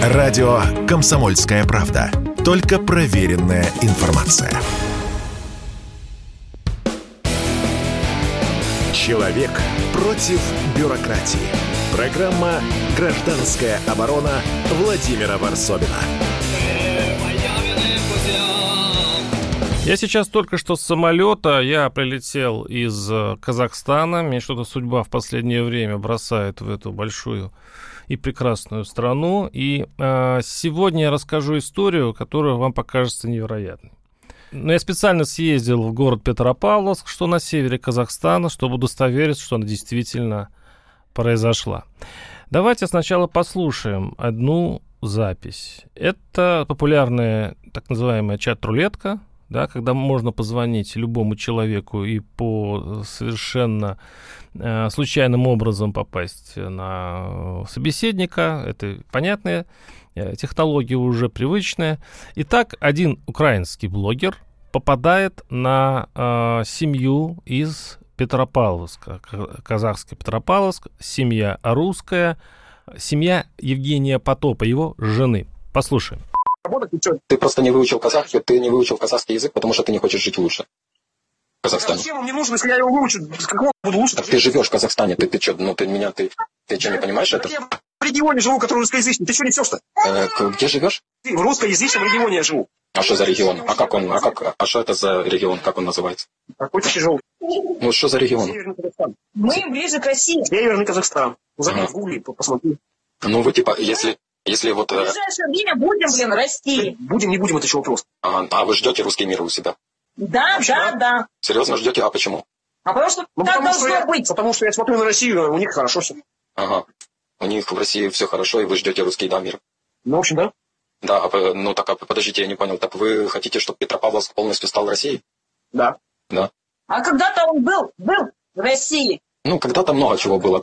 Радио «Комсомольская правда». Только проверенная информация. Человек против бюрократии. Программа «Гражданская оборона» Владимира Варсобина. Я сейчас только что с самолета, я прилетел из Казахстана. Меня что-то судьба в последнее время бросает в эту большую и прекрасную страну. И сегодня я расскажу историю, которая вам покажется невероятной. Но я специально съездил в город Петропавловск, что на севере Казахстана, чтобы удостовериться, что она действительно произошла. Давайте сначала послушаем одну запись. Это популярная так называемая чат-рулетка, да, когда можно позвонить любому человеку и по совершенно случайным образом попасть на собеседника. Это понятная технология, уже привычная. Итак, один украинский блогер попадает на семью из Петропавловска, казахский Петропавловск, семья русская, семья Евгения Потопа, его жены. Послушаем. Ты просто не выучил казахский, ты не выучил казахский язык, потому что ты не хочешь жить лучше в Казахстане. Зачем он мне нужен, если я его выучу? С какого буду лучше? Так ты живешь в Казахстане, ты что, ты что, не понимаешь это? Я в регионе живу, который русскоязычный. Ты что несешь-то? Где живешь? В русскоязычном регионе я живу. А что за регион? А что это за регион? Как он называется? Какой-то тяжелый. Ну что за регион? Северный Казахстан. Мы ближе к России. Северный Казахстан. Забей в гугле, посмотри. Ну вы типа, если вот... В ближайшее время будем, расти. Будем, не будем, это еще вопрос. А вы ждете русский мир у себя? Да. Серьезно ждете? А почему? А потому что так должно быть. Потому что я смотрю на Россию, у них хорошо все. Ага. У них в России все хорошо, и вы ждете русский мир. Ну, в общем, да. Да, подождите, я не понял. Так вы хотите, чтобы Петропавловск полностью стал Россией? Да. Да. А когда-то он был в России. Ну, когда-то много чего было.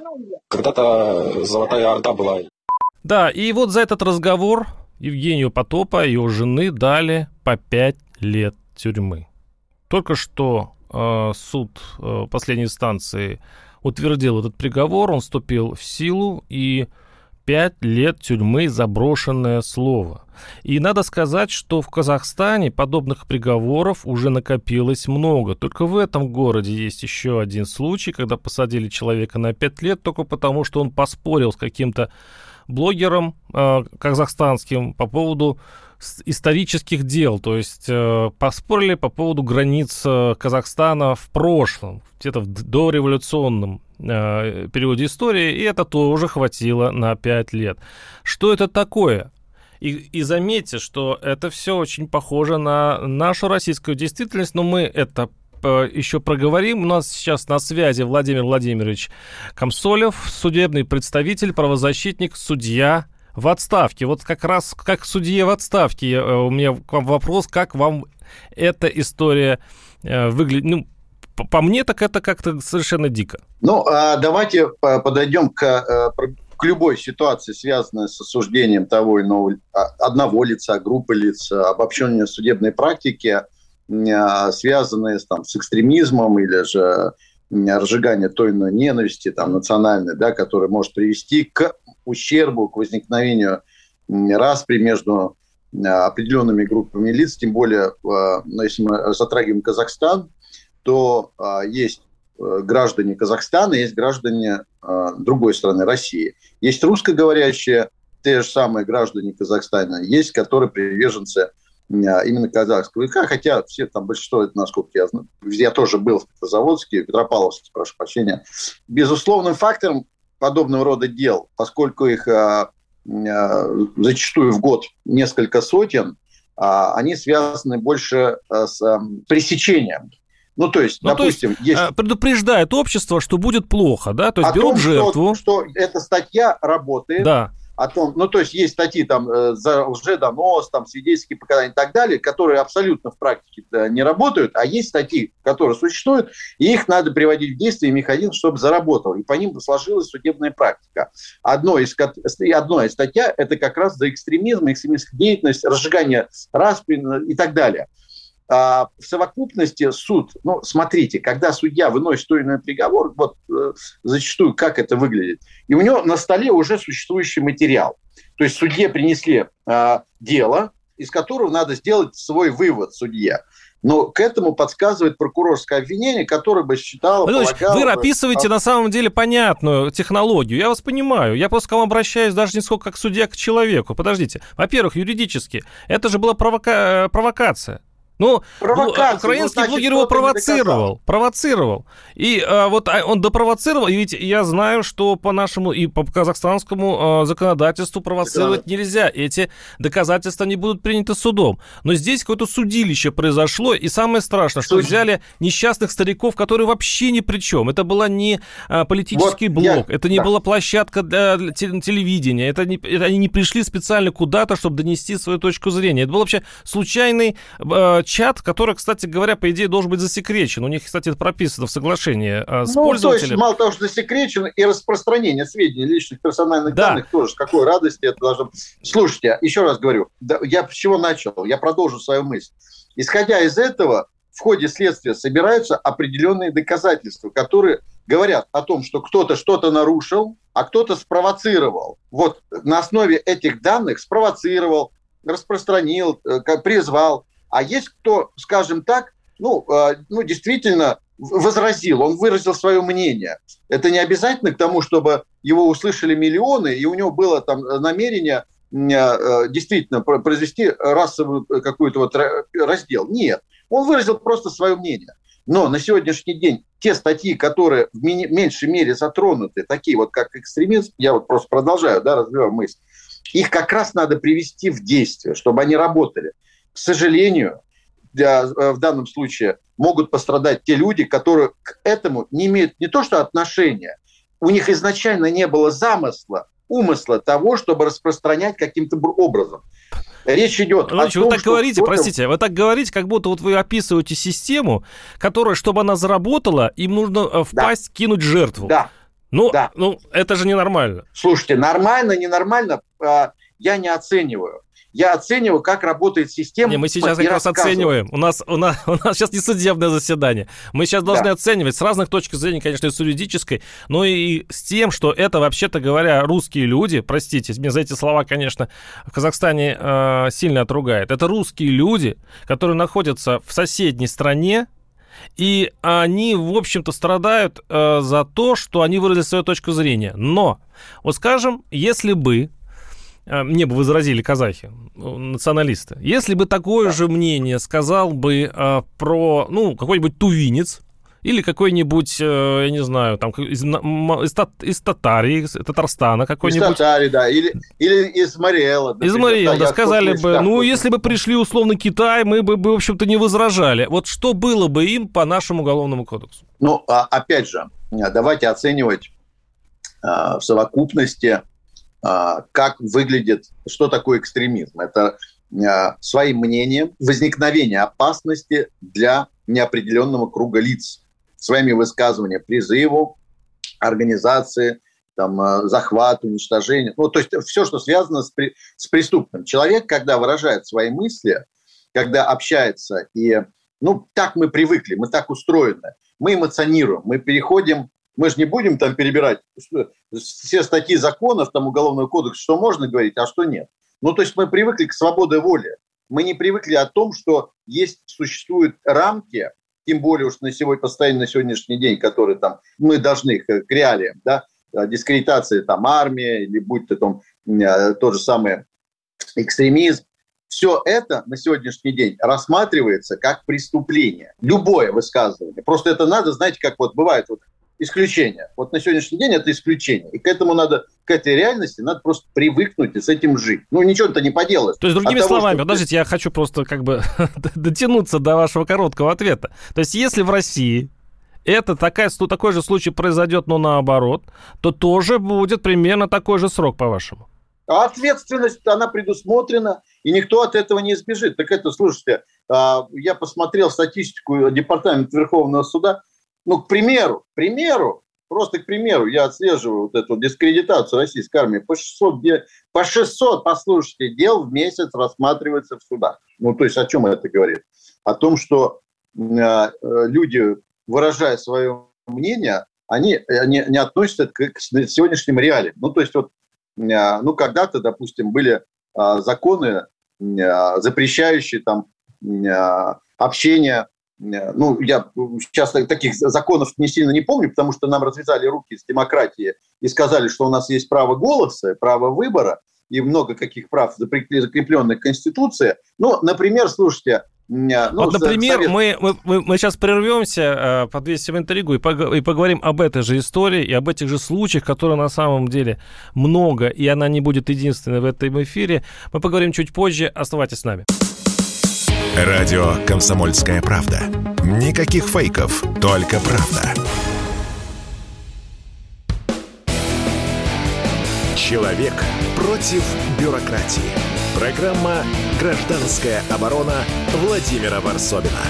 Когда-то Золотая Орда была. Да, и вот за этот разговор Евгению Потопа и его жены дали по 5 лет тюрьмы. Только что суд последней инстанции утвердил этот приговор, он вступил в силу, и 5 лет тюрьмы за брошенное слово. И надо сказать, что в Казахстане подобных приговоров уже накопилось много. Только в этом городе есть еще один случай, когда посадили человека на 5 лет только потому, что он поспорил с каким-то блогером казахстанским по поводу исторических дел, то есть поспорили по поводу границ Казахстана в прошлом, где-то в дореволюционном периоде истории, и это тоже хватило на 5 лет. Что это такое? И заметьте, что это все очень похоже на нашу российскую действительность, но мы это еще проговорим. У нас сейчас на связи Владимир Владимирович Комсолев, судебный представитель, правозащитник, судья в отставке. Вот как раз как судье в отставке у меня к вам вопрос, как вам эта история выглядит? Ну, по мне, так это как-то совершенно дико. Ну, давайте подойдем к любой ситуации, связанной с осуждением того или иного одного лица, группы лиц, обобщение судебной практики, связанные с экстремизмом или же разжигание той или иной ненависти национальной, да, которая может привести к ущербу, к возникновению распри между определенными группами лиц. Тем более, если мы затрагиваем Казахстан, то есть граждане Казахстана, есть граждане другой страны, России. Есть русскоговорящие, те же самые граждане Казахстана, есть, которые приверженцы именно казахского языка, хотя все большинство, это, насколько я знаю, я тоже был в Петрозаводске, в Петропавловске, прошу прощения. Безусловным фактором подобного рода дел, поскольку их зачастую в год несколько сотен, они связаны больше с пресечением. Ну, то есть, допустим... есть... предупреждает общество, что будет плохо, да? То есть берут жертву. Что эта статья работает. Да. О том, то есть есть статьи за лжедонос, свидетельские показания и так далее, которые абсолютно в практике не работают, а есть статьи, которые существуют, и их надо приводить в действие, механизм, чтобы заработал. И по ним сложилась судебная практика. Одна из статья – это как раз за экстремизм, экстремистскую деятельность, разжигание распри и так далее. в совокупности суд, смотрите, когда судья выносит той или иной приговор, зачастую как это выглядит, и у него на столе уже существующий материал. То есть судье принесли дело, из которого надо сделать свой вывод судье. Но к этому подсказывает прокурорское обвинение, которое бы считало... Вы описываете на самом деле понятную технологию. Я вас понимаю. Я просто к вам обращаюсь даже не сколько как судья, к человеку. Подождите. Во-первых, юридически, это же была провокация. Украинский блогер его провоцировал. И он допровоцировал, и ведь я знаю, что по нашему и по казахстанскому законодательству провоцировать нельзя. Эти доказательства не будут приняты судом. Но здесь какое-то судилище произошло, и самое страшное, что взяли несчастных стариков, которые вообще ни при чем. Это была не политический блог, это не была площадка для телевидения, они не пришли специально куда-то, чтобы донести свою точку зрения. Это был вообще случайный чат, который, кстати говоря, по идее, должен быть засекречен. У них, кстати, это прописано в соглашении с пользователем. То есть, мало того, что засекречен, и распространение сведений личных персональных данных тоже. С какой радости это должно быть. Слушайте, еще раз говорю, я с чего начал? Я продолжу свою мысль. Исходя из этого, в ходе следствия собираются определенные доказательства, которые говорят о том, что кто-то что-то нарушил, а кто-то спровоцировал. Вот на основе этих данных спровоцировал, распространил, призвал. А есть кто, скажем так, действительно возразил, он выразил свое мнение. Это не обязательно к тому, чтобы его услышали миллионы, и у него было там намерение действительно произвести расовый какой-то раздел. Нет, он выразил просто свое мнение. Но на сегодняшний день те статьи, которые в меньшей мере затронуты, такие вот как экстремизм, я просто продолжаю, развиваю мысль, их как раз надо привести в действие, чтобы они работали. К сожалению, в данном случае могут пострадать те люди, которые к этому не имеют не то что отношения, у них изначально не было умысла того, чтобы распространять каким-то образом. Речь идет о том, вы так говорите, вы так говорите, как будто вы описываете систему, которая, чтобы она заработала, им нужно впасть, кинуть жертву. Это же ненормально. Слушайте, нормально, ненормально, я не оцениваю. Я оцениваю, как работает система. Мы сейчас как раз оцениваем. У нас сейчас не судебное заседание. Мы сейчас должны оценивать с разных точек зрения, конечно, и с юридической, но и с тем, что это, вообще-то говоря, русские люди, простите, мне за эти слова, конечно, в Казахстане сильно отругают. Это русские люди, которые находятся в соседней стране, и они, в общем-то, страдают за то, что они выразили свою точку зрения. Но, скажем, если бы мне бы возразили казахи, националисты. Если бы такое же мнение сказал бы про, какой-нибудь тувинец или какой-нибудь, я не знаю, там из Татарии, из Татарстана какой-нибудь. Из Татарии, да, или из Мариэла. Из Мариэла, сказали бы, если бы пришли условно Китай, мы бы, в общем-то, не возражали. Вот что было бы им по нашему уголовному кодексу? Опять же, давайте оценивать в совокупности, как выглядит, что такое экстремизм. Это своим мнением возникновение опасности для неопределенного круга лиц, своими высказываниями, призыву, организации, захват, уничтожение. То есть все, что связано с преступным. Человек, когда выражает свои мысли, когда общается, и так мы привыкли, мы так устроены, мы эмоционируем, мы переходим. Мы же не будем перебирать все статьи законов, Уголовного кодекса, что можно говорить, а что нет. То есть мы привыкли к свободе воли. Мы не привыкли о том, что существуют рамки, тем более уж на сегодняшний день, которые мы должны их к реалиям, дискредитация армии, или будь то тот же самый экстремизм. Все это на сегодняшний день рассматривается как преступление. Любое высказывание. Просто это надо, знаете, как бывает исключение. На сегодняшний день это исключение. И к этой реальности надо просто привыкнуть и с этим жить. Ничего-то не поделаешь. То есть, другими словами, подождите, я хочу просто дотянуться до вашего короткого ответа. То есть, если в России такой же случай произойдет, но наоборот, то тоже будет примерно такой же срок, по-вашему? Ответственность, она предусмотрена, и никто от этого не избежит. Слушайте, я посмотрел статистику Департамента Верховного суда. К примеру, Просто, к примеру, я отслеживаю вот эту дискредитацию российской армии. По 600, послушайте, дел в месяц рассматривается в судах. Ну, то есть о чем это говорит? О том, что люди, выражая свое мнение, они не относятся к сегодняшним реалиям. Ну, то есть вот, когда-то, допустим, были законы, запрещающие там общение. Ну, я сейчас таких законов не сильно не помню, потому что нам развязали руки с демократией и сказали, что у нас есть право голоса, право выбора и много каких прав, закрепленных Конституцией. Ну, например, слушайте... вот, например, мы сейчас прервемся, подвесим интригу и поговорим об этой же истории и об этих же случаях, которые на самом деле много, и она не будет единственной в этом эфире. Мы поговорим чуть позже. Оставайтесь с нами. Радио «Комсомольская правда». Никаких фейков, только правда. Человек против бюрократии. Программа «Гражданская оборона» Владимира Варсобина.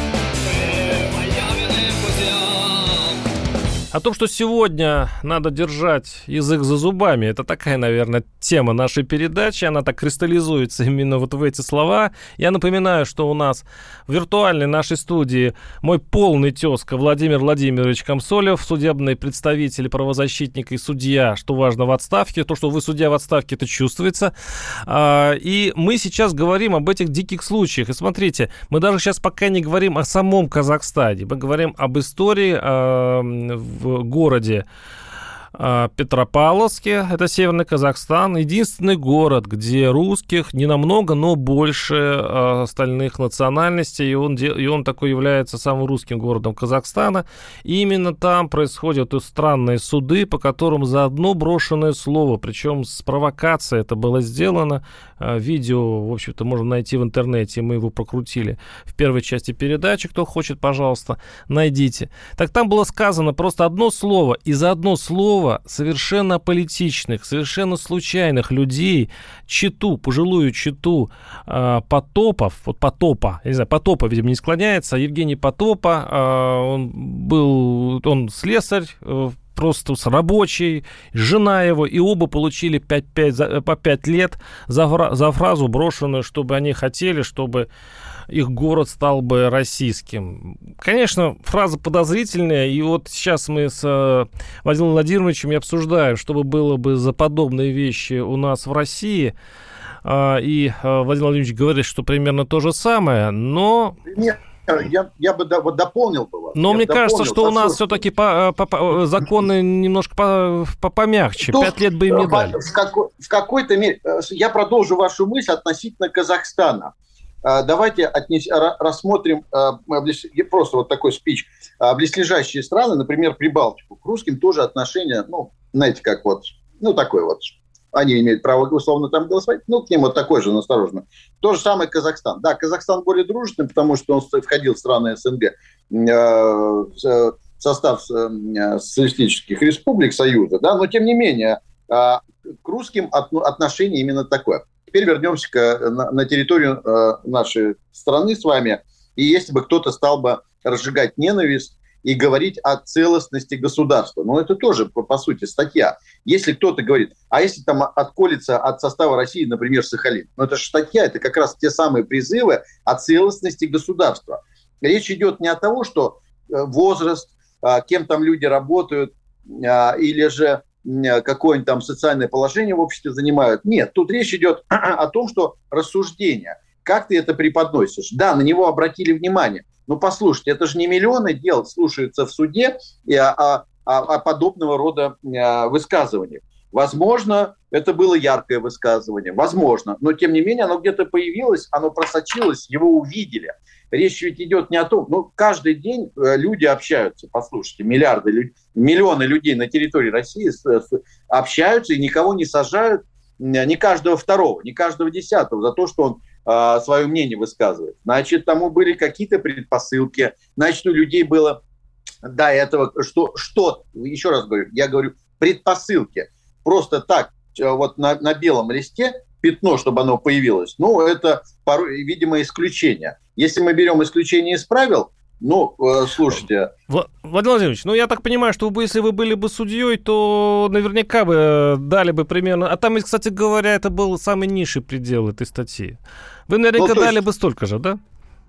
О том, что сегодня надо держать язык за зубами, это такая, наверное, тема нашей передачи, она так кристаллизуется именно вот в эти слова. Я напоминаю, что у нас в виртуальной нашей студии мой полный тезка Владимир Владимирович Комсолев, судебный представитель, правозащитник и судья, что важно, в отставке. То, что вы судья в отставке, это чувствуется. И мы сейчас говорим об этих диких случаях. И смотрите, мы даже сейчас пока не говорим о самом Казахстане, мы говорим об истории в городе Петропавловске, это Северный Казахстан, единственный город, где русских не намного, но больше остальных национальностей, и он такой является самым русским городом Казахстана. И именно там происходят странные суды, по которым за одно брошенное слово, причем с провокацией это было сделано. Видео, в общем-то, можно найти в интернете, мы его прокрутили в первой части передачи, кто хочет, пожалуйста, найдите. Так там было сказано просто одно слово, и за одно слово совершенно аполитичных, совершенно случайных людей, пожилую чету Потопов, вот Потопа, я не знаю, Потопа, видимо, не склоняется, Евгений Потопа, он слесарь, просто рабочий, жена его, и оба получили по 5 лет за фразу брошенную, чтобы они хотели, чтобы их город стал бы российским. Конечно, фраза подозрительная, и вот сейчас мы с Владимиром Владимировичем обсуждаем, что было бы за подобные вещи у нас в России. И Владимир Владимирович говорит, что примерно то же самое, но... Нет. Я бы дополнил бы вас. Но мне кажется, что у нас все-таки законы немножко помягче. 5 лет бы им не дали. В какой-то мере... Я продолжу вашу мысль относительно Казахстана. Давайте рассмотрим просто вот такой спич. Близлежащие страны, например, Прибалтику. К русским тоже отношение, знаете, как вот, такой вот. Они имеют право, условно, там голосовать. К ним вот такой же, осторожно. То же самое Казахстан. Да, Казахстан более дружественный, потому что он входил в страны СНГ в состав социалистических республик Союза, да, но тем не менее к русским отношение именно такое. Теперь вернемся на территорию нашей страны с вами. И если бы кто-то стал бы разжигать ненависть и говорить о целостности государства. Это тоже, по сути, статья. Если кто-то говорит, а если там отколется от состава России, например, Сахалин, это же статья, это как раз те самые призывы о целостности государства. Речь идет не о том, что возраст, кем там люди работают, или же какое-нибудь там социальное положение в обществе занимают. Нет, тут речь идет о том, что рассуждение. Как ты это преподносишь? Да, на него обратили внимание. Послушайте, это же не миллионы дел слушаются в суде о подобного рода высказываниях. Возможно, это было яркое высказывание, возможно, но тем не менее оно где-то появилось, оно просочилось, его увидели. Речь ведь идет не о том, каждый день люди общаются, послушайте, миллионы людей на территории России общаются и никого не сажают, ни каждого второго, ни каждого десятого за то, что он свое мнение высказывает. Значит, тому были какие-то предпосылки. Значит, у людей было до этого, что еще раз говорю, я говорю, предпосылки. Просто так, вот на белом листе пятно, чтобы оно появилось, это, видимо, исключение. Если мы берем исключение из правил, Слушайте. Владимир Владимирович, я так понимаю, что если вы были бы судьей, то наверняка бы дали бы примерно... А там, кстати говоря, это был самый низший предел этой статьи. Вы наверняка дали бы столько же, да?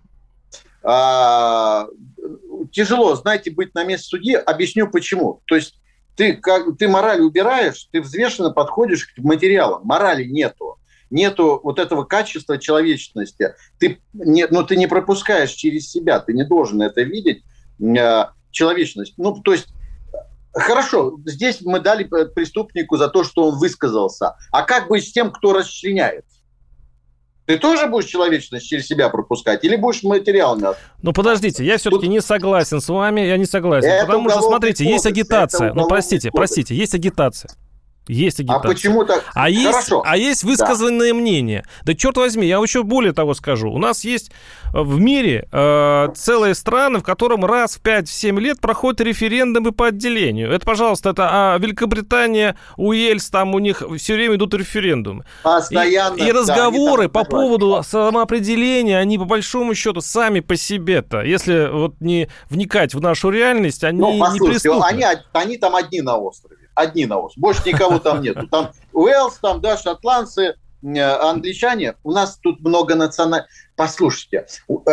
Тяжело, знаете, быть на месте судьи. Объясню почему. То есть ты мораль убираешь, ты взвешенно подходишь к материалам. Морали нету. Нету вот этого качества человечности. Ты не пропускаешь через себя, ты не должен это видеть, человечность. То есть, хорошо, здесь мы дали преступнику за то, что он высказался. А как быть с тем, кто расчленяет? Ты тоже будешь человечность через себя пропускать или будешь материалами? Подождите, я все-таки не согласен с вами, я не согласен. Потому что, смотрите, есть агитация. Простите, есть агитация. Есть агитация. А почему так? Есть высказанное мнение. Да черт возьми, я еще более того скажу. У нас есть в мире целые страны, в котором раз в 5-7 лет проходят референдумы по отделению. Это, пожалуйста, Великобритания, Уэльс, там у них все время идут референдумы. Постоянно. И разговоры по поводу самоопределения, они по большому счету сами по себе-то, если не вникать в нашу реальность, они не преступны. Они там одни на острове. Больше никого там нету. Там Уэльс, шотландцы, англичане. У нас тут много национальных... Послушайте,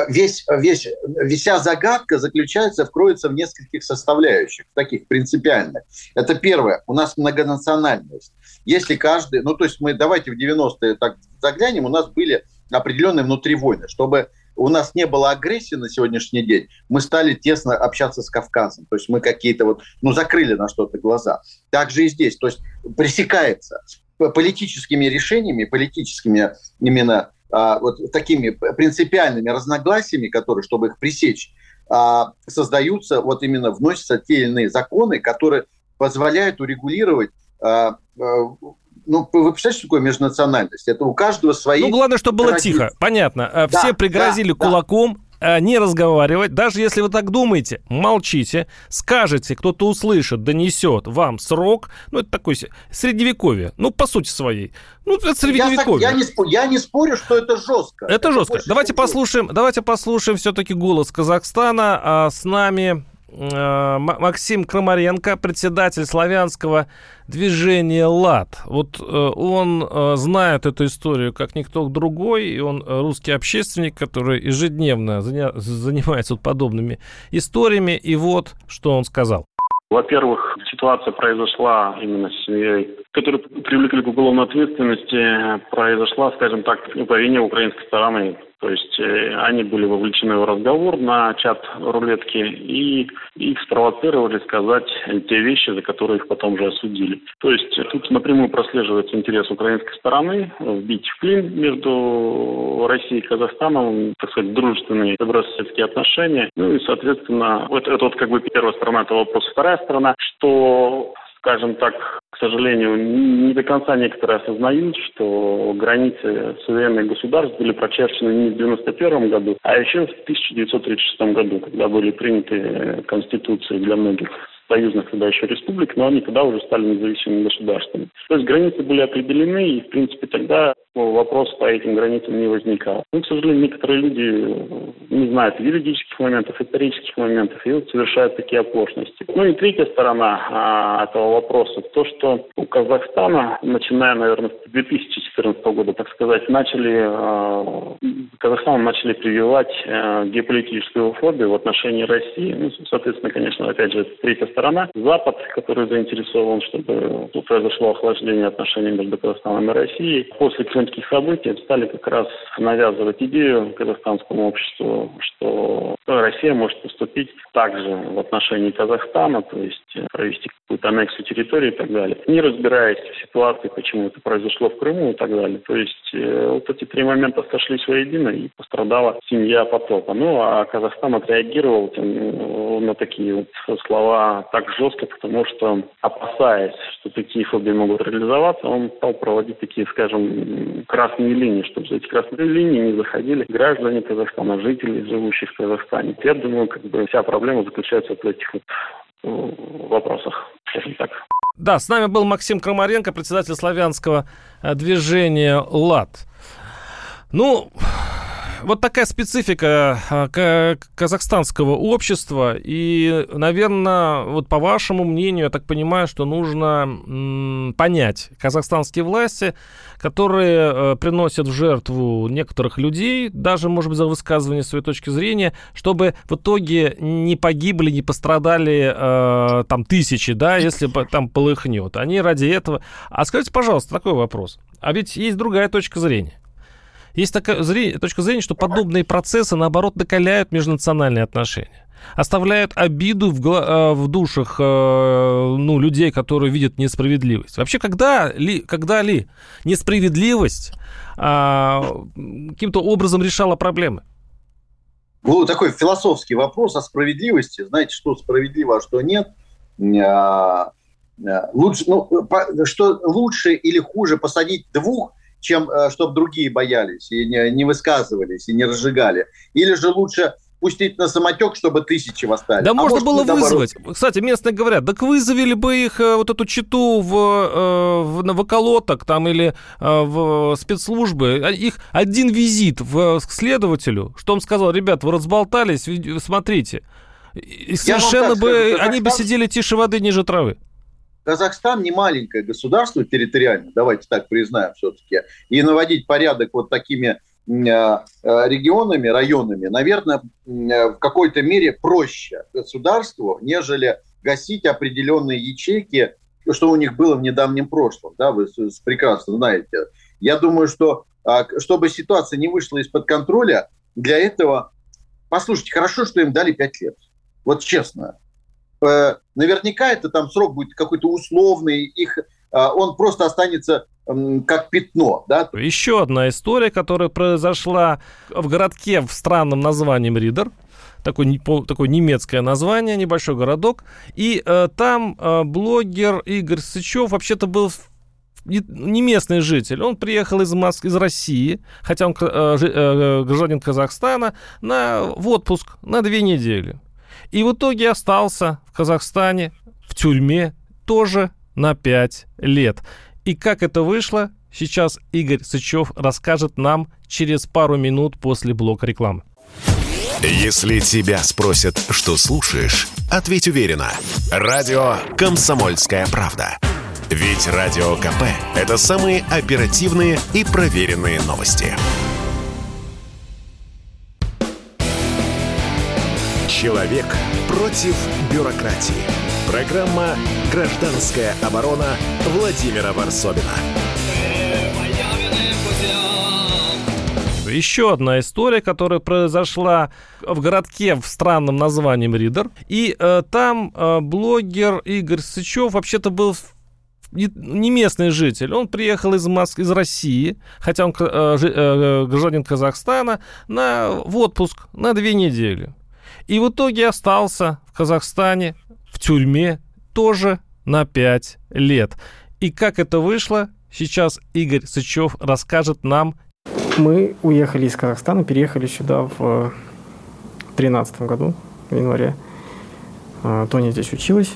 вся загадка кроется в нескольких составляющих, таких принципиальных. Это первое. У нас многонациональность. Если каждый... давайте в 90-е так заглянем, у нас были определенные внутривойны, чтобы у нас не было агрессии на сегодняшний день, мы стали тесно общаться с Кавказом. То есть мы какие-то закрыли на что-то глаза. Так же и здесь. То есть пресекается политическими решениями, политическими именно такими принципиальными разногласиями, которые, чтобы их пресечь, создаются, именно вносятся те или иные законы, которые позволяют урегулировать... вы представляете, что такое межнациональность? Это у каждого свои... главное, чтобы было тихо. Понятно. Все пригрозили кулаком, не разговаривать. Даже если вы так думаете, молчите. Скажете, кто-то услышит, донесет вам срок. Это такое средневековье. По сути своей. Это средневековье. Я не спорю, что это жестко. Это жестко. Давайте послушаем все-таки голос Казахстана. С нами... Максим Крамаренко, председатель славянского движения «ЛАД». Он знает эту историю как никто другой, и он русский общественник, который ежедневно занимается подобными историями, и что он сказал. Во-первых, ситуация произошла именно с семьей, которую привлекли к уголовной ответственности, произошла, скажем так, по вине украинской стороны. То есть они были вовлечены в разговор на чат рулетки, и их спровоцировали сказать те вещи, за которые их потом же осудили. То есть тут напрямую прослеживается интерес украинской стороны вбить в клин между Россией и Казахстаном, так сказать, дружественные добрососедские отношения. И, соответственно, это первая сторона этого вопроса. Вторая сторона, что... Скажем так, к сожалению, не до конца некоторые осознают, что границы суверенных государств были прочерчены не в 1991 году, а еще в 1936 году, когда были приняты конституции для многих союзных тогда еще республик, но они тогда уже стали независимыми государствами. То есть границы были определены, и, в принципе, тогда вопрос по этим границам не возникал. К сожалению, некоторые люди не знают юридических моментов, исторических моментов, и совершают такие оплошности. И третья сторона этого вопроса, то, что у Казахстана, начиная, наверное, с 2014 года, так сказать, Казахстану начали прививать геополитическую фобию в отношении России. Соответственно, конечно, опять же, третья сторона. Запад, который заинтересован, чтобы произошло охлаждение отношений между Казахстаном и Россией. После крымских событий стали как раз навязывать идею казахстанскому обществу, что Россия может поступить также в отношении Казахстана, то есть провести какую-то аннексию территории и так далее, не разбираясь в ситуации, почему это произошло в Крыму и так далее. То есть эти три момента сошлись воедино, и пострадала семья потопа. А Казахстан отреагировал на такие слова так жестко, потому что, опасаясь, что такие фобии могут реализоваться, он стал проводить такие, скажем, красные линии, чтобы за эти красные линии не заходили граждане Казахстана, жители, живущие в Казахстане. Я думаю, вся проблема заключается в этих вопросах, скажем так. Да, с нами был Максим Крамаренко, председатель славянского движения «ЛАД». вот такая специфика казахстанского общества. И, наверное, вот по вашему мнению, я так понимаю, что нужно понять казахстанские власти, которые приносят в жертву некоторых людей, даже, может быть, за высказывание своей точки зрения, чтобы в итоге не погибли, не пострадали там тысячи, да, если там полыхнет. Они ради этого... А скажите, пожалуйста, такой вопрос. А ведь есть другая точка зрения. Есть такая точка зрения, что подобные процессы, наоборот, накаляют межнациональные отношения. Оставляют обиду в душах людей, которые видят несправедливость. Вообще, когда ли несправедливость каким-то образом решала проблемы? Ну, такой философский вопрос о справедливости. Знаете, что справедливо, а что нет. Что лучше или хуже посадить двух, чем чтобы другие боялись и не высказывались, и не разжигали. Или же лучше пустить на самотек, чтобы тысячи восстали. Да, можно было вызвать. Кстати, местные говорят, так вызовели бы их, вот эту читу в околоток там, или в спецслужбы. Их один визит к следователю, что он сказал: ребят, вы разболтались, смотрите. И совершенно бы они бы сидели тише воды, ниже травы. Казахстан не маленькое государство территориально, давайте так признаем все-таки, и наводить порядок вот такими регионами, районами, наверное, в какой-то мере проще государству, нежели гасить определенные ячейки, что у них было в недавнем прошлом, да, вы прекрасно знаете. Я думаю, что чтобы ситуация не вышла из-под контроля, для этого, послушайте, хорошо, что им дали 5 лет, вот честно. Наверняка это там срок будет какой-то условный, он просто останется как пятно. Да? Еще одна история, которая произошла в городке в странном названием Ридер. Такое немецкое название, небольшой городок. И там блогер Игорь Сычев вообще-то был не местный житель. Он приехал из России, хотя он гражданин Казахстана, в отпуск на 2 недели. И в итоге остался в Казахстане, в тюрьме, тоже на 5 лет. И как это вышло, сейчас Игорь Сычев расскажет нам через пару минут после блока рекламы. Если тебя спросят, что слушаешь, ответь уверенно. Радио «Комсомольская правда». Ведь Радио КП – это самые оперативные и проверенные новости. Человек против бюрократии. Программа «Гражданская оборона» Владимира Варсобина. Еще одна история, которая произошла в городке в странном названием Ридер. И там блогер Игорь Сычев вообще-то был не местный житель. Он приехал из России, хотя он гражданин Казахстана, в отпуск на 2 недели. И в итоге остался в Казахстане, в тюрьме, тоже на 5 лет. И как это вышло, сейчас Игорь Сычев расскажет нам. Мы уехали из Казахстана, переехали сюда в 2013 году, в январе. Тоня здесь училась.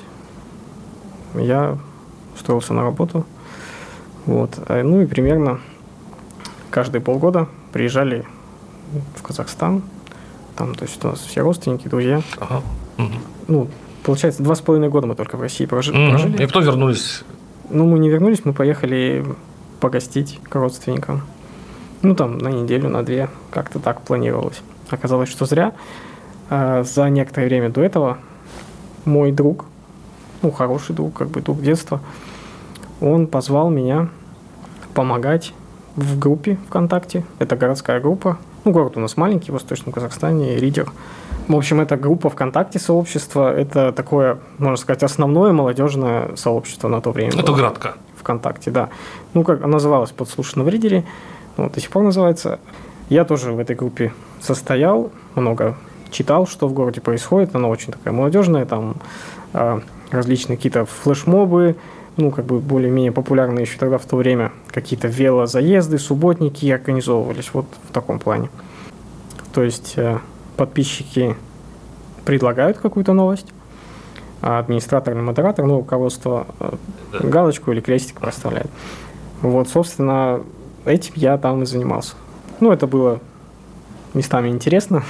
Я устроился на работу. Вот. Ну и примерно каждые полгода приезжали в Казахстан. Там, то есть у нас все родственники, друзья. Ага. Ну, получается, 2,5 года мы только в России прожили. И потом вернулись? Ну, мы не вернулись, мы поехали погостить к родственникам. Ну, там, на неделю, на 2, как-то так планировалось. Оказалось, что зря. За некоторое время до этого мой друг, хороший друг, друг детства, он позвал меня помогать в группе ВКонтакте. Это городская группа. Город у нас маленький, в Восточном Казахстане, Ридер. В общем, это группа ВКонтакте, сообщество. Это такое, можно сказать, основное молодежное сообщество на то время. Это городка. ВКонтакте, да. Как называлось, «Подслушано в Ридере». До сих пор называется. Я тоже в этой группе состоял, много читал, что в городе происходит. Она очень такая молодежная, там различные какие-то флешмобы, более-менее популярные еще тогда в то время, какие-то велозаезды, субботники организовывались вот в таком плане. То есть подписчики предлагают какую-то новость, а администратор или модератор, руководство галочку или крестик проставляет. Вот, собственно, этим я там и занимался. Это было местами интересно.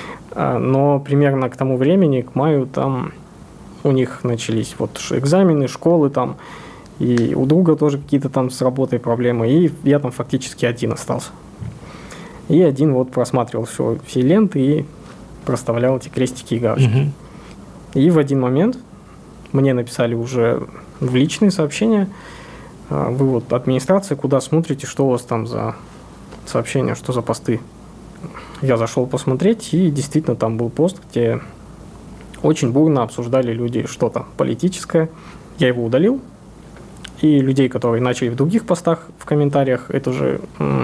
Но примерно к тому времени, к маю, там у них начались вот экзамены, школы там, и у друга тоже какие-то там с работой проблемы, и я там фактически один остался. И один вот просматривал все ленты и проставлял эти крестики и галочки. И в один момент мне написали уже в личные сообщения: вы вот администрация, куда смотрите, что у вас там за сообщения, что за посты. Я зашел посмотреть, и действительно там был пост, где очень бурно обсуждали люди что-то политическое. Я его удалил, и людей, которые начали в других постах в комментариях это же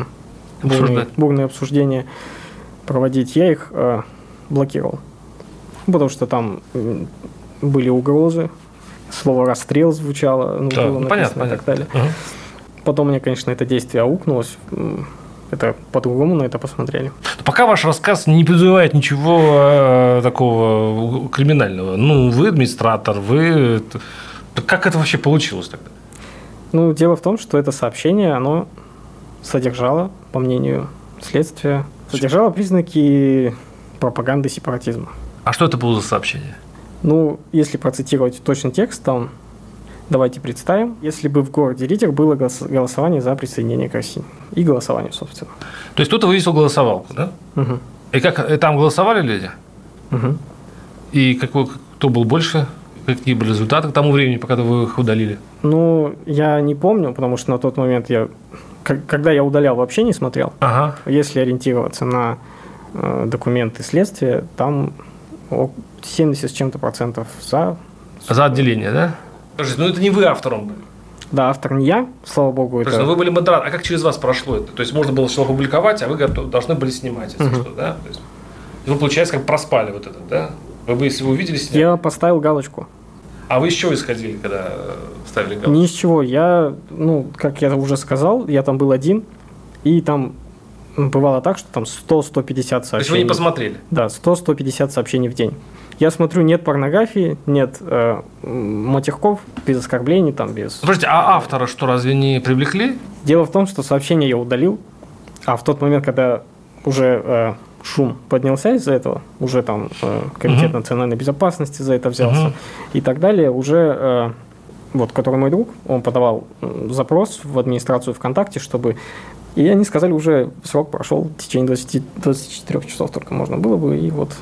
бурные обсуждения проводить, я их блокировал. Потому что там были угрозы, слово «расстрел» звучало, было написано и так далее. Потом мне, конечно, это действие аукнулось. Это по-другому на это посмотрели. Пока ваш рассказ не подразумевает ничего такого криминального. Вы администратор, вы... Как это вообще получилось тогда? Дело в том, что это сообщение, оно содержало, по мнению следствия, содержало признаки пропаганды сепаратизма. А что это было за сообщение? Если процитировать точный текст, там... Давайте представим, если бы в городе Риддер было голосование за присоединение к России. И голосование, собственно. То есть кто-то вывесил голосовалку, да? Угу. И там голосовали люди? Угу. И кто был больше? Какие были результаты к тому времени, пока вы их удалили? Я не помню, потому что на тот момент когда я удалял, вообще не смотрел. Ага. Если ориентироваться на документы следствия, там 70 с чем-то процентов за. За отделение, да? Подождите, это не вы автором были? Да, автор не я, слава богу. Подождите, вы были модератором. А как через вас прошло это? То есть можно было что-то публиковать, а вы должны были снимать, если что, да? То есть вы, получается, как проспали вот это, да? Вы бы, если вы увидели, сняли. Я поставил галочку. А вы из чего исходили, когда ставили галочку? Ни из чего. Я, как я уже сказал, я там был один, и там бывало так, что там 100-150 сообщений. То есть вы не посмотрели? Да, 100-150 сообщений в день. Я смотрю, нет порнографии, нет матерков, без оскорблений, там, без... Подождите, а автора что, разве не привлекли? Дело в том, что сообщение я удалил, а в тот момент, когда уже шум поднялся из-за этого, уже там Комитет национальной безопасности за это взялся и так далее, уже, который мой друг, он подавал запрос в администрацию ВКонтакте, чтобы... И они сказали, уже срок прошел, в течение 24 часов только можно было бы, и вот...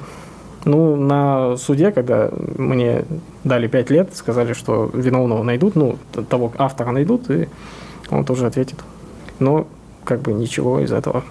на суде, когда мне дали 5 лет, сказали, что виновного найдут, того автора найдут, и он тоже ответит. Но ничего из этого.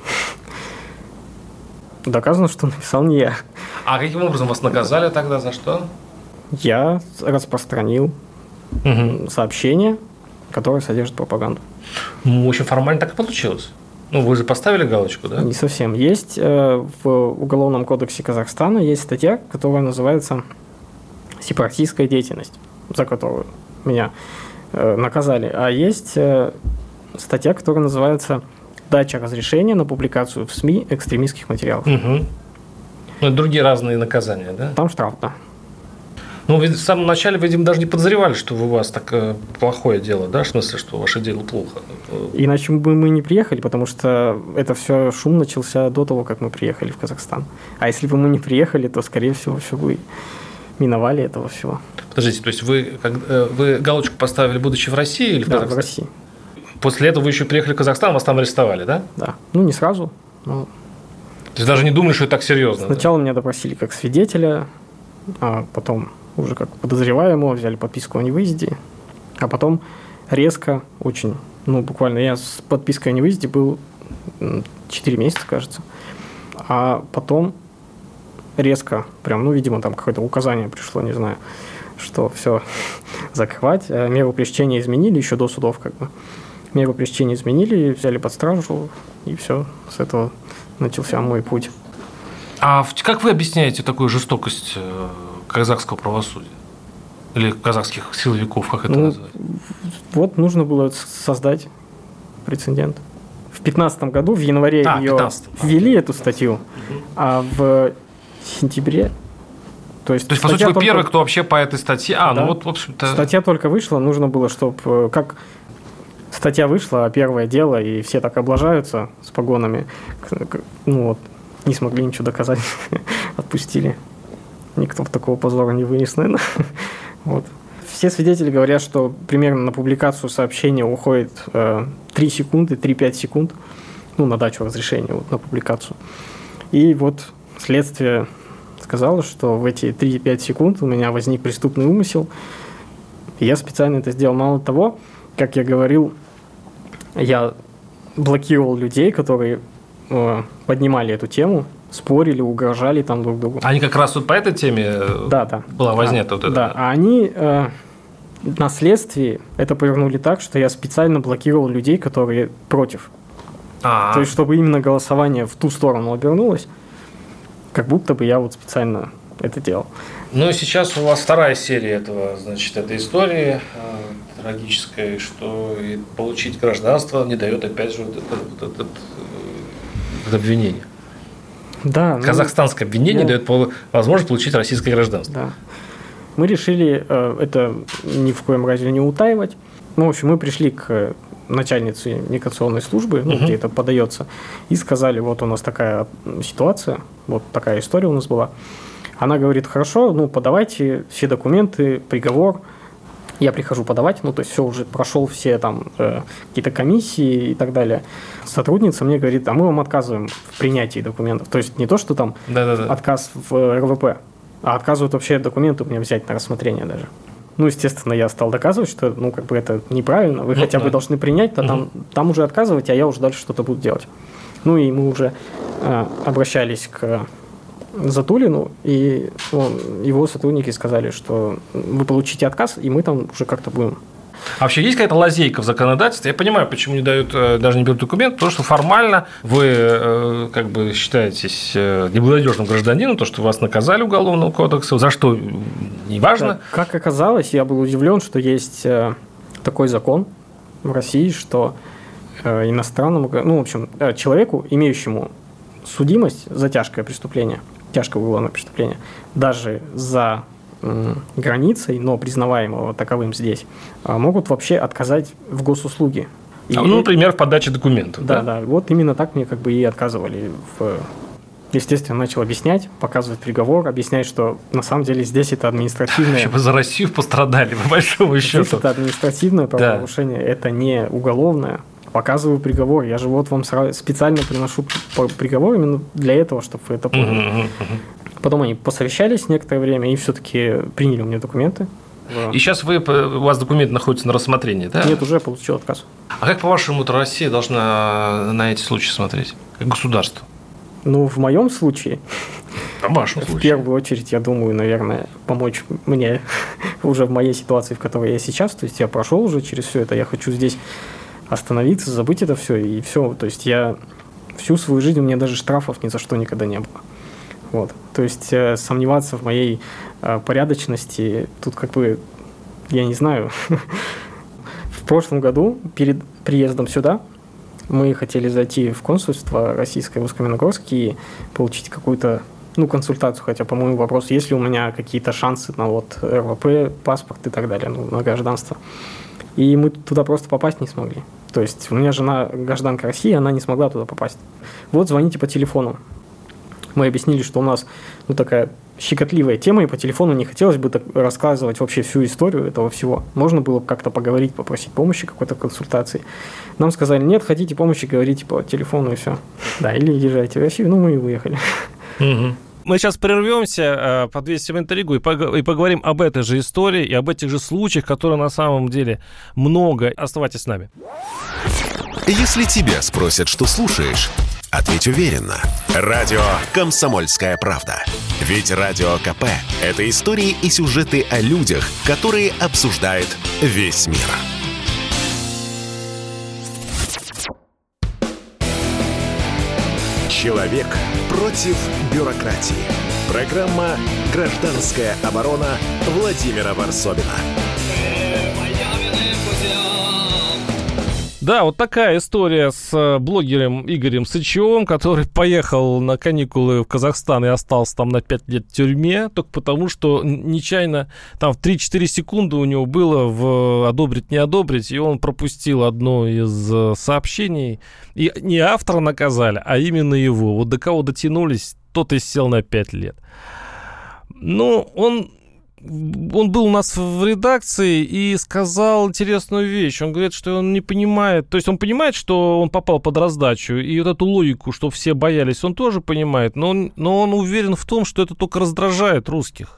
Доказано, что написал не я. А каким образом вас наказали тогда, за что? Я распространил сообщение, которое содержит пропаганду. В общем, формально так и получилось. Вы же поставили галочку, да? Не совсем. Есть в Уголовном кодексе Казахстана есть статья, которая называется «Сепаратистская деятельность», за которую меня наказали. А есть статья, которая называется «Дача разрешения на публикацию в СМИ экстремистских материалов». Это другие разные наказания, да? Там штраф, да. В самом начале, видимо, даже не подозревали, что у вас так плохое дело, да? В смысле, что ваше дело плохо. Иначе бы мы не приехали, потому что это все шум начался до того, как мы приехали в Казахстан. А если бы мы не приехали, то, скорее всего, все бы миновали этого всего. Подождите, то есть вы галочку поставили, будучи в России или в Казахстане? Да, в России. После этого вы еще приехали в Казахстан, вас там арестовали, да? Да. Не сразу. То есть даже не думали, что это так серьезно? Сначала меня допросили как свидетеля, а потом уже как подозреваемого, взяли подписку о невыезде, а потом резко очень, буквально я с подпиской о невыезде был 4 месяца, кажется, а потом резко, прям, видимо, там какое-то указание пришло, не знаю, что все, закрывать, меру пресечения изменили еще до судов, меру пресечения изменили, взяли под стражу, и все, с этого начался мой путь. А как вы объясняете такую жестокость казахского правосудия? Или казахских силовиков, как это называют? Вот нужно было создать прецедент. В 2015 году, в январе ее ввели, эту статью, а в сентябре... То есть, по сути, вы первый, кто вообще по этой статье... Да, в общем-то... Статья только вышла, нужно было, чтобы... Как статья вышла, первое дело, и все так облажаются с погонами. не смогли ничего доказать, отпустили. Никто такого позора не вынес, наверное. Вот. Все свидетели говорят, что примерно на публикацию сообщения уходит 3 секунды, 3-5 секунд, ну, на дачу разрешения, вот, на публикацию. И вот следствие сказало, что в эти 3-5 секунд у меня возник преступный умысел. И я специально это сделал. Мало того, как я говорил, я блокировал людей, которые поднимали эту тему, спорили, угрожали там друг другу. Они как раз вот по этой теме была вознята вот эта? Да, а они на следствии это повернули так, что я специально блокировал людей, которые против. То есть, чтобы именно голосование в ту сторону обернулось, как будто бы я вот специально это делал. Ну и сейчас у вас вторая серия этого, значит, этой истории трагической, что получить гражданство не дает, опять же, вот это обвинение. Да, казахстанское обвинение дает возможность получить российское гражданство. Да. Мы решили это ни в коем разе не утаивать. Ну, в общем, мы пришли к начальнице миграционной службы, где это подается, и сказали, вот у нас такая ситуация, вот такая история у нас была. Она говорит, хорошо, ну, подавайте все документы, приговор. Я прихожу подавать, ну, то есть все уже прошел, все там какие-то комиссии и так далее. Сотрудница мне говорит, а мы вам отказываем в принятии документов. То есть не то, что там отказ в РВП, а отказывают вообще документы у меня взять на рассмотрение даже. Ну, естественно, я стал доказывать, что, ну, как бы это неправильно, вы хотя бы должны принять, а там уже отказывать, а я уже дальше что-то буду делать. Ну, и мы уже обращались к Затулину, и его сотрудники сказали, что вы получите отказ, и мы там уже как-то будем. А вообще есть какая-то лазейка в законодательстве? Я понимаю, почему не дают, даже не берут документ, потому что формально вы как бы считаетесь неблагонадежным гражданином, то, что вас наказали Уголовным кодексом, за что неважно. Да, как оказалось, я был удивлен, что есть такой закон в России, что иностранному, ну, в общем, человеку, имеющему судимость за тяжкое преступление, тяжкое уголовное преступление, даже за границей, но признаваемого таковым здесь, могут вообще отказать в госуслуге. Ну, например, в подаче документов. Да, вот именно так мне как бы и отказывали. Естественно, начал объяснять, показывать приговор, объяснять, что на самом деле здесь это административное... Вообще вы за Россию пострадали, по большому счету. Здесь это административное правонарушение, это не уголовное. Показываю приговор, я же вот вам специально приношу приговор именно для этого, чтобы вы это поняли. Потом они посовещались некоторое время и все-таки приняли у меня документы. И сейчас у вас документы находятся на рассмотрении, да? Нет, уже получил отказ. А как, по-вашему, Россия должна на эти случаи смотреть, как государство? Ну, в моем случае, в первую очередь, я думаю, наверное, помочь мне уже в моей ситуации, в которой я сейчас. То есть я прошел уже через все это, я хочу здесь остановиться, забыть это все и все. То есть я всю свою жизнь, у меня даже штрафов ни за что никогда не было. Вот. То есть сомневаться в моей порядочности тут как бы, я не знаю. В прошлом году, перед приездом сюда, мы хотели зайти в консульство российское в Усть-Каменогорске и получить какую-то, ну, консультацию, хотя, по моему вопросу, есть ли у меня какие-то шансы на вот РВП, паспорт и так далее, ну, на гражданство. И мы туда просто попасть не смогли. То есть у меня жена гражданка России, она не смогла туда попасть. Вот звоните по телефону. Мы объяснили, что у нас, ну, такая щекотливая тема, и по телефону не хотелось бы так рассказывать вообще всю историю этого всего. Можно было бы как-то поговорить, попросить помощи, какой-то консультации. Нам сказали, нет, хотите помощи, говорите по телефону и все. Да, или езжайте в Россию, ну, мы и уехали. Мы сейчас прервемся, подвесим интригу и поговорим об этой же истории и об этих же случаях, которые на самом деле много. Оставайтесь с нами. Если тебя спросят, что слушаешь, ответь уверенно. Радио «Комсомольская правда». Ведь Радио КП – это истории и сюжеты о людях, которые обсуждает весь мир. Человек против бюрократии. Программа «Гражданская оборона» Владимира Варсобина. Да, вот такая история с блогером Игорем Сычевым, который поехал на каникулы в Казахстан и остался там на 5 лет в тюрьме, только потому, что нечаянно там в 3-4 секунды у него было в одобрить, не одобрить, и он пропустил одно из сообщений. И не автора наказали, а именно его. Вот до кого дотянулись, тот и сел на 5 лет. Ну, он был у нас в редакции и сказал интересную вещь. Он говорит, что он не понимает, то есть он понимает, что он попал под раздачу, и вот эту логику, что все боялись, он тоже понимает, но он уверен в том, что это только раздражает русских.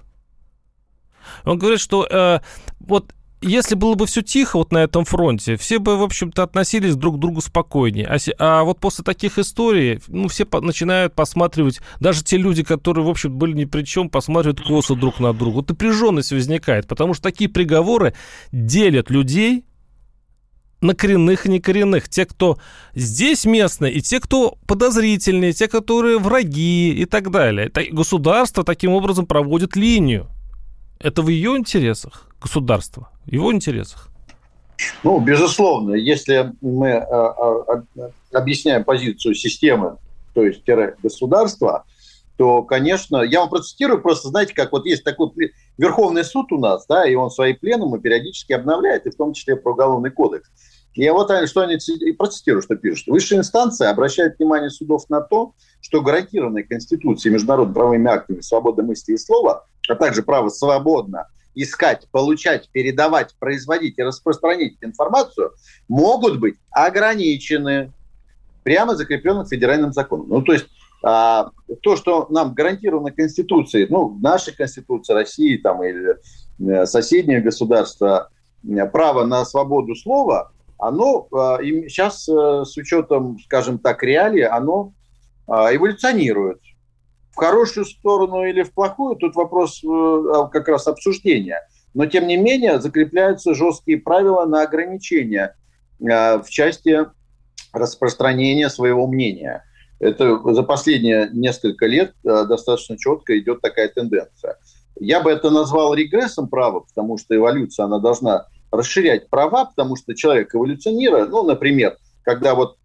Он говорит, что вот если было бы все тихо вот на этом фронте, все бы, в общем-то, относились друг к другу спокойнее. А вот после таких историй, ну, все начинают посматривать, даже те люди, которые, в общем, были ни при чем, посматривают косо друг на друга. Вот напряженность возникает, потому что такие приговоры делят людей на коренных и некоренных. Те, кто здесь местные, и те, кто подозрительные, те, которые враги и так далее. Государство таким образом проводит линию. Это в ее интересах, государства, в его интересах? Ну, безусловно, если мы объясняем позицию системы, то есть государства, то, конечно, я вам процитирую, просто знаете, как вот есть такой Верховный суд у нас, да, и он свои пленумы периодически обновляет, и в том числе про Уголовный кодекс. И вот что они процитирую, что пишут. Высшая инстанция обращает внимание судов на то, что гарантированные Конституцией и международно-правовыми актами свобода мысли и слова, а также право свободно искать, получать, передавать, производить и распространять информацию, могут быть ограничены, прямо закрепленным федеральным законом. Ну, то есть то, что нам гарантировано Конституцией, ну, наша Конституция России там, или соседние государства, право на свободу слова, оно сейчас с учетом, скажем так, реалий, оно эволюционирует. В хорошую сторону или в плохую, тут вопрос как раз обсуждения. Но, тем не менее, закрепляются жесткие правила на ограничения в части распространения своего мнения. Это за последние несколько лет достаточно четко идет такая тенденция. Я бы это назвал регрессом права, потому что эволюция, она должна расширять права, потому что человек эволюционирует. Ну, например, когда вот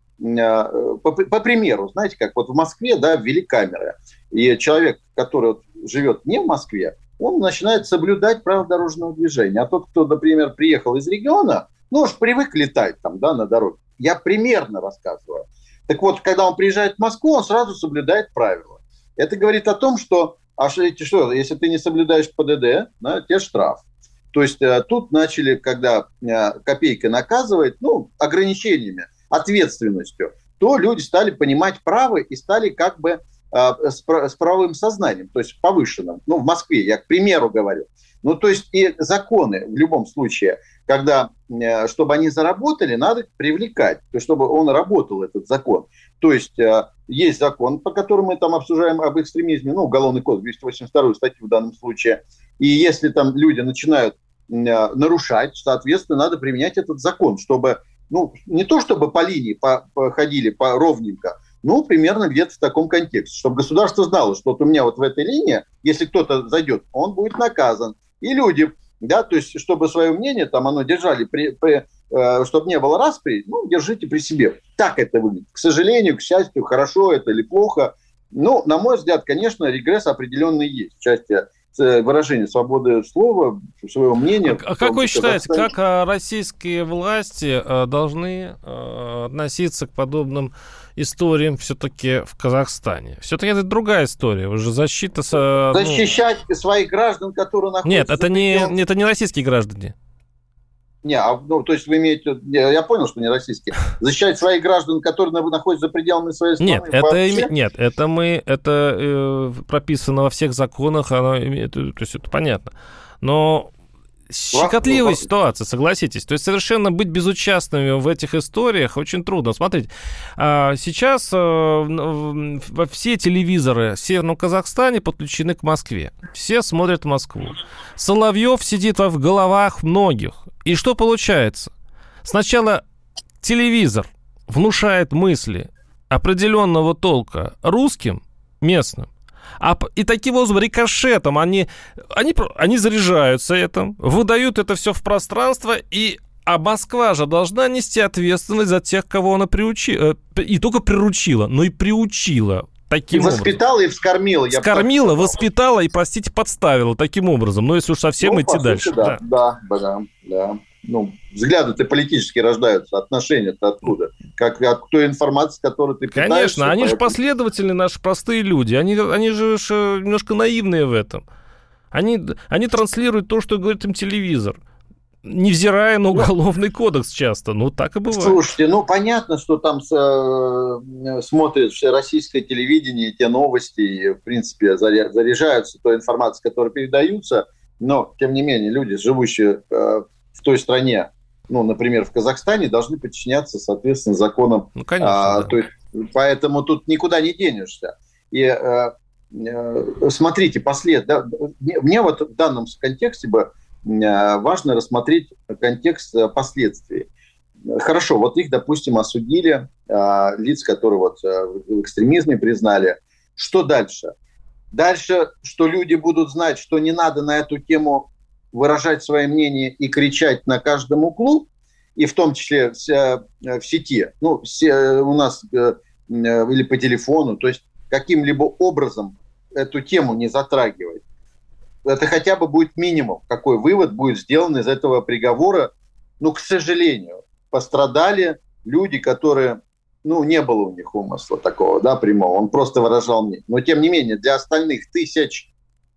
по примеру, знаете, как вот в Москве, да, ввели камеры, и человек, который вот живет не в Москве, он начинает соблюдать правила дорожного движения. А тот, кто, например, приехал из региона, ну уж привык летать там, да, на дороге. Я примерно рассказываю. Так вот, когда он приезжает в Москву, он сразу соблюдает правила. Это говорит о том, что, если ты не соблюдаешь ПДД, да, тебе штраф. То есть тут начали, когда копейка наказывает, ну, ограничениями, ответственностью, то люди стали понимать право и стали как бы с правовым сознанием, то есть повышенным. Ну, в Москве, я к примеру говорю. Ну, то есть и законы в любом случае, когда, чтобы они заработали, надо привлекать, то есть чтобы он работал, этот закон. То есть есть закон, по которому мы там обсуждаем об экстремизме, ну, Уголовный кодекс, 282 статью в данном случае. И если там люди начинают нарушать, соответственно, надо применять этот закон, чтобы, ну, не то чтобы по линии ходили ровненько, ну, примерно где-то в таком контексте, чтобы государство знало, что вот у меня вот в этой линии, если кто-то зайдет, он будет наказан. И люди, да, то есть, чтобы свое мнение там оно держали, чтобы не было распри, ну, держите при себе. Так это выглядит. К сожалению, к счастью, хорошо это или плохо. Ну, на мой взгляд, конечно, регресс определенный есть в части выражения свободы слова, своего мнения. А как вы считаете, как российские власти должны относиться к подобным историям все-таки в Казахстане? Все-таки это другая история, уже защита... Защищать своих граждан, которые находятся... Нет, это не российские граждане. То есть вы имеете... Я понял, что не российские. Защищать своих граждан, которые находятся за пределами своей страны. Это прописано во всех законах, то есть это понятно. Но щекотливая ситуация, согласитесь. То есть совершенно быть безучастными в этих историях очень трудно. Смотрите, сейчас все телевизоры в Северном Казахстане подключены к Москве. Все смотрят Москву. Соловьев сидит в головах многих. И что получается? Сначала телевизор внушает мысли определенного толка русским, местным, и таким образом рикошетом они заряжаются этим, выдают это все в пространство, и А Москва же должна нести ответственность за тех, кого она приучила. И только приручила, но и приучила. Таким воспитала образом. И вскормила. Вскормила, воспитала и, простите, подставила таким образом. Но если уж совсем идти дальше. Да. Ну, взгляды-то политические рождаются, отношения-то откуда? Как от той информации, которую ты питаешься. Конечно, они же последовательные, наши простые люди. Они же немножко наивные в этом. Они транслируют то, что говорит им телевизор. Невзирая на уголовный кодекс часто. Ну, так и бывает. Слушайте, ну, понятно, что там смотрят все российское телевидение, те новости, и, в принципе, заряжаются той информацией, которая передаются. Но, тем не менее, люди, живущие в той стране, ну, например, в Казахстане, должны подчиняться, соответственно, законам. Ну, конечно, да. Поэтому тут никуда не денешься. И смотрите, мне вот в данном контексте важно рассмотреть контекст последствий. Хорошо, вот их, допустим, осудили, лиц, которые вот в экстремизме признали. Что дальше? Дальше, что люди будут знать, что не надо на эту тему выражать свое мнение и кричать на каждом углу, и в том числе в сети, ну, у нас или по телефону, то есть каким-либо образом эту тему не затрагивать. Это хотя бы будет минимум, какой вывод будет сделан из этого приговора. Ну, к сожалению, пострадали люди, которые, ну, не было у них умысла такого, да, прямого, он просто выражал мнение. Но, тем не менее, для остальных тысяч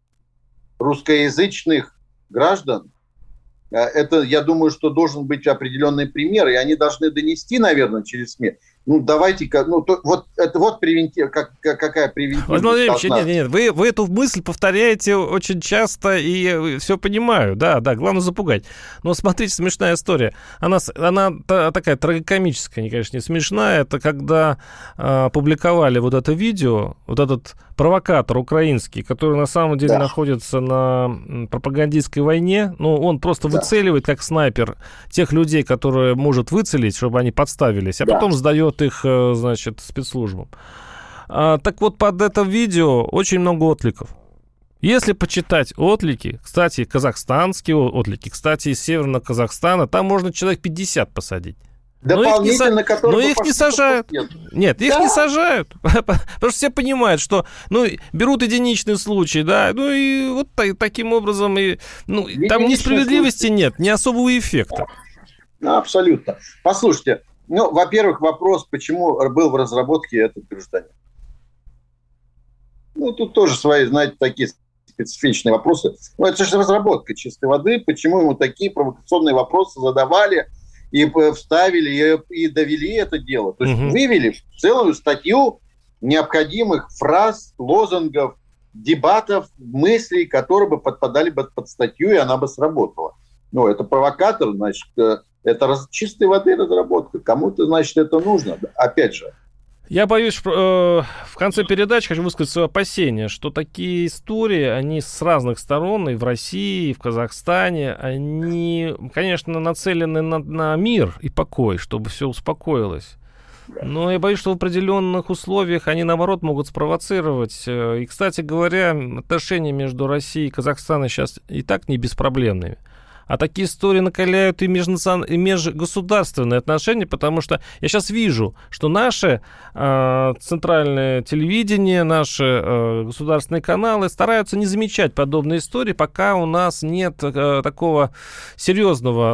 русскоязычных граждан, это, я думаю, что должен быть определенный пример, и они должны донести, наверное, через СМИ. Ну, давайте-ка, ну, вот это вот превентив, какая превентивность. Нет, вы эту мысль повторяете очень часто, и все понимаю, да, главное запугать. Но смотрите, смешная история. Она такая трагикомическая, конечно, не смешная. Это когда публиковали вот это видео, вот этот провокатор украинский, который на самом деле находится на пропагандистской войне, ну, он просто выцеливает, как снайпер, тех людей, которые может выцелить, чтобы они подставились, а потом сдает их, значит, спецслужбам. Так вот, под это видео очень много откликов. Если почитать отклики, кстати, казахстанские отклики, кстати, из Северного Казахстана, там можно человек 50 посадить. Дополнительно, но их не сажают. Нет, их не сажают. Потому что все понимают, что берут единичный случай, да, ну и вот таким образом, там несправедливости нет, ни особого эффекта. Абсолютно. Послушайте, во-первых, вопрос, почему был в разработке этот гражданин. Ну, тут тоже свои, знаете, такие специфичные вопросы. Ну, это же разработка чистой воды, почему ему такие провокационные вопросы задавали, и вставили, и довели это дело. То есть вывели целую статью необходимых фраз, лозунгов, дебатов, мыслей, которые бы подпадали бы под статью, и она бы сработала. Ну, это провокатор, значит, это чистой воды разработка. Кому-то, значит, это нужно. Опять же. Я боюсь, в конце передачи хочу высказать свое опасение, что такие истории, они с разных сторон, и в России, и в Казахстане, они, конечно, нацелены на мир и покой, чтобы все успокоилось. Но я боюсь, что в определенных условиях они, наоборот, могут спровоцировать. И, кстати говоря, отношения между Россией и Казахстаном сейчас и так не беспроблемными. А такие истории накаляют и межгосударственные отношения, потому что я сейчас вижу, что наше центральное телевидение, наши государственные каналы стараются не замечать подобные истории, пока у нас нет такого серьезного,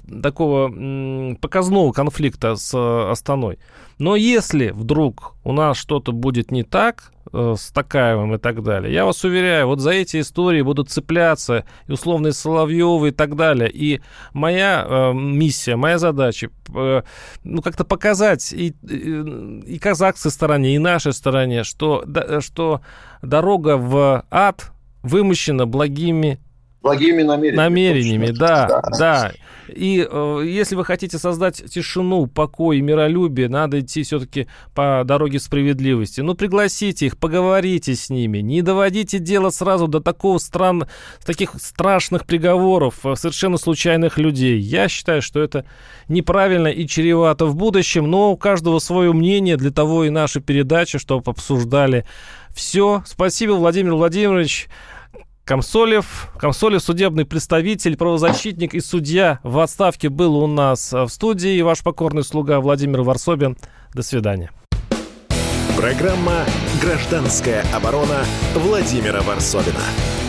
такого показного конфликта с Астаной. Но если вдруг у нас что-то будет не так с Токаевым и так далее, я вас уверяю, вот за эти истории будут цепляться и условные Соловьевы и так далее. И моя миссия, моя задача, как-то показать и казахской стороне, и нашей стороне, что дорога в ад вымощена благими намерениями, да. И если вы хотите создать тишину, покой и миролюбие, надо идти все-таки по дороге справедливости. Ну, пригласите их, поговорите с ними, не доводите дело сразу до таких страшных приговоров совершенно случайных людей. Я считаю, что это неправильно и чревато в будущем, но у каждого свое мнение, для того и наши передачи, чтобы обсуждали все. Спасибо, Владимир Владимирович. Комсолев, судебный представитель, правозащитник и судья в отставке, был у нас в студии. И ваш покорный слуга Владимир Варсобин. До свидания. Программа «Гражданская оборона» Владимира Варсобина.